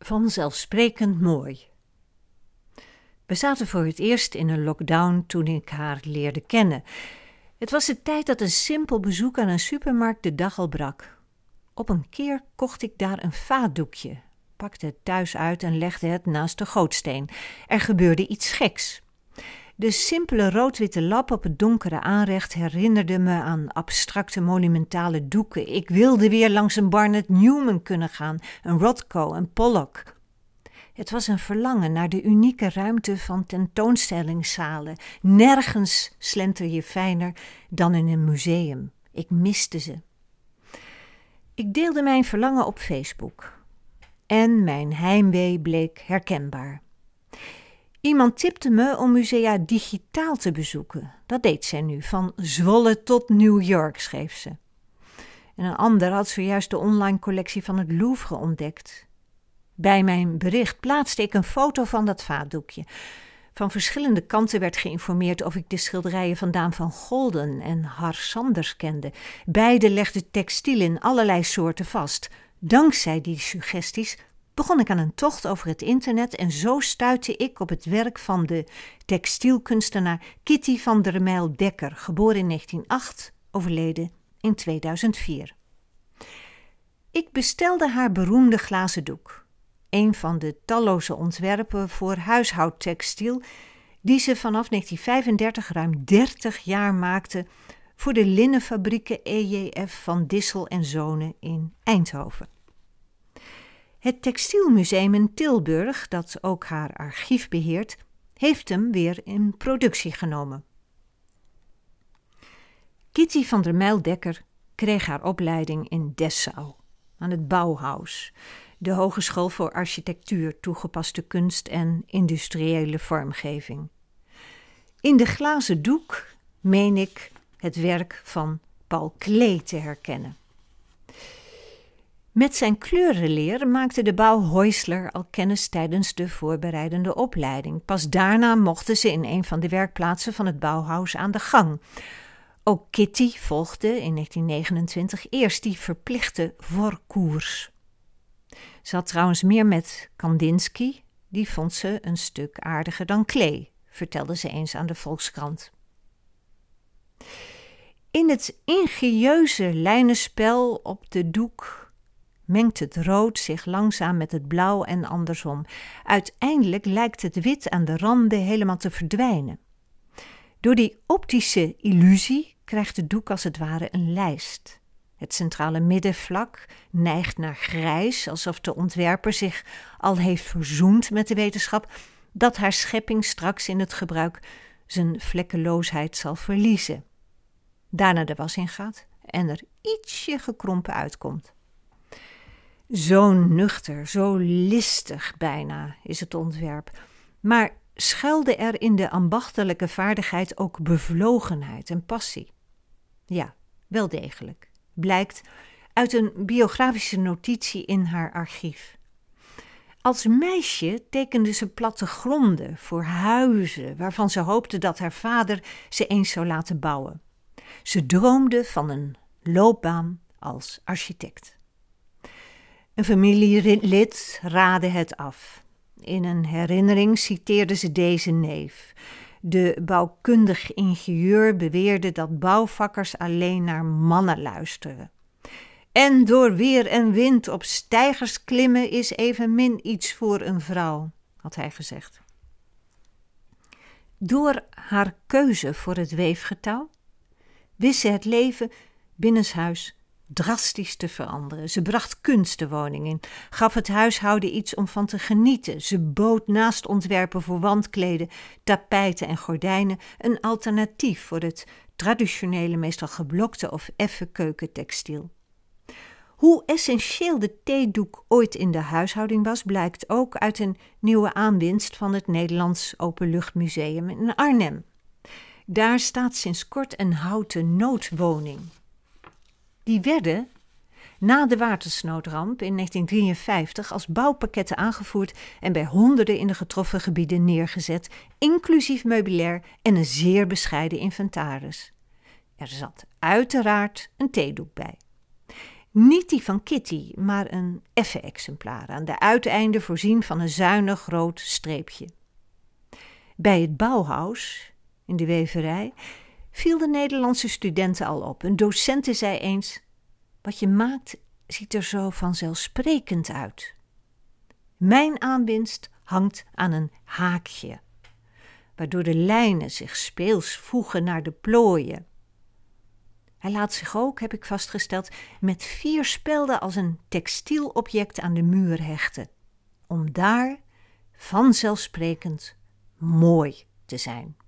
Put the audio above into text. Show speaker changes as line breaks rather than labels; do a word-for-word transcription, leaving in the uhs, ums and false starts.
Vanzelfsprekend mooi. We zaten voor het eerst in een lockdown toen ik haar leerde kennen. Het was de tijd dat een simpel bezoek aan een supermarkt de dag al brak. Op een keer kocht ik daar een vaatdoekje, pakte het thuis uit en legde het naast de gootsteen. Er gebeurde iets geks. De simpele rood-witte lap op het donkere aanrecht herinnerde me aan abstracte monumentale doeken. Ik wilde weer langs een Barnett Newman kunnen gaan, een Rothko, een Pollock. Het was een verlangen naar de unieke ruimte van tentoonstellingszalen. Nergens slenter je fijner dan in een museum. Ik miste ze. Ik deelde mijn verlangen op Facebook. En mijn heimwee bleek herkenbaar. Iemand tipte me om musea digitaal te bezoeken. Dat deed zij nu, van Zwolle tot New York, schreef ze. En een ander had zojuist de online collectie van het Louvre ontdekt. Bij mijn bericht plaatste ik een foto van dat vaatdoekje. Van verschillende kanten werd geïnformeerd of ik de schilderijen van Daan van Golden en Har Sanders kende. Beide legden textiel in allerlei soorten vast. Dankzij die suggesties begon ik aan een tocht over het internet en zo stuitte ik op het werk van de textielkunstenaar Kitty van der Mijl-Dekker, geboren in negentien nul acht, overleden in tweeduizend vier. Ik bestelde haar beroemde glazen doek. Een van de talloze ontwerpen voor huishoudtextiel die ze vanaf negentien vijfendertig ruim dertig jaar maakte voor de linnenfabrieken E J F van Dissel en Zonen in Eindhoven. Het Textielmuseum in Tilburg, dat ook haar archief beheert, heeft hem weer in productie genomen. Kitty van der Mijl-Dekker kreeg haar opleiding in Dessau, aan het Bauhaus, de Hogeschool voor Architectuur, Toegepaste Kunst en Industriële Vormgeving. In de glazen doek meen ik het werk van Paul Klee te herkennen. Met zijn kleurenleer maakte de Bouw Heusler al kennis tijdens de voorbereidende opleiding. Pas daarna mochten ze in een van de werkplaatsen van het Bauhaus aan de gang. Ook Kitty volgde in negentien negenentwintig eerst die verplichte voorkoers. Ze had trouwens meer met Kandinsky, die vond ze een stuk aardiger dan Klee, vertelde ze eens aan de Volkskrant. In het ingenieuze lijnenspel op de doek mengt het rood zich langzaam met het blauw en andersom. Uiteindelijk lijkt het wit aan de randen helemaal te verdwijnen. Door die optische illusie krijgt de doek als het ware een lijst. Het centrale middenvlak neigt naar grijs, alsof de ontwerper zich al heeft verzoend met de wetenschap dat haar schepping straks in het gebruik zijn vlekkeloosheid zal verliezen. Daarna de was ingaat en er ietsje gekrompen uitkomt. Zo nuchter, zo listig bijna is het ontwerp, maar schuilde er in de ambachtelijke vaardigheid ook bevlogenheid en passie? Ja, wel degelijk. Blijkt uit een biografische notitie in haar archief. Als meisje tekende ze plattegronden voor huizen waarvan ze hoopte dat haar vader ze eens zou laten bouwen. Ze droomde van een loopbaan als architect. Een familielid raadde het af. In een herinnering citeerde ze deze neef. De bouwkundig ingenieur beweerde dat bouwvakkers alleen naar mannen luisteren. En door weer en wind op steigers klimmen is evenmin iets voor een vrouw, had hij gezegd. Door haar keuze voor het weefgetouw wist ze het leven binnenshuis drastisch te veranderen. Ze bracht kunst de woning in, gaf het huishouden iets om van te genieten. Ze bood naast ontwerpen voor wandkleden, tapijten en gordijnen een alternatief voor het traditionele, meestal geblokte of effen keukentextiel. Hoe essentieel de theedoek ooit in de huishouding was, blijkt ook uit een nieuwe aanwinst van het Nederlands Openluchtmuseum in Arnhem. Daar staat sinds kort een houten noodwoning. Die werden na de watersnoodramp in negentien drieënvijftig als bouwpakketten aangevoerd en bij honderden in de getroffen gebieden neergezet, inclusief meubilair en een zeer bescheiden inventaris. Er zat uiteraard een theedoek bij. Niet die van Kitty, maar een effen exemplaar, aan de uiteinden voorzien van een zuinig rood streepje. Bij het Bauhaus, in de weverij, viel de Nederlandse studenten al op. Een docente zei eens: wat je maakt ziet er zo vanzelfsprekend uit. Mijn aanwinst hangt aan een haakje, waardoor de lijnen zich speels voegen naar de plooien. Hij laat zich ook, heb ik vastgesteld, met vier spelden als een textielobject aan de muur hechten, om daar vanzelfsprekend mooi te zijn.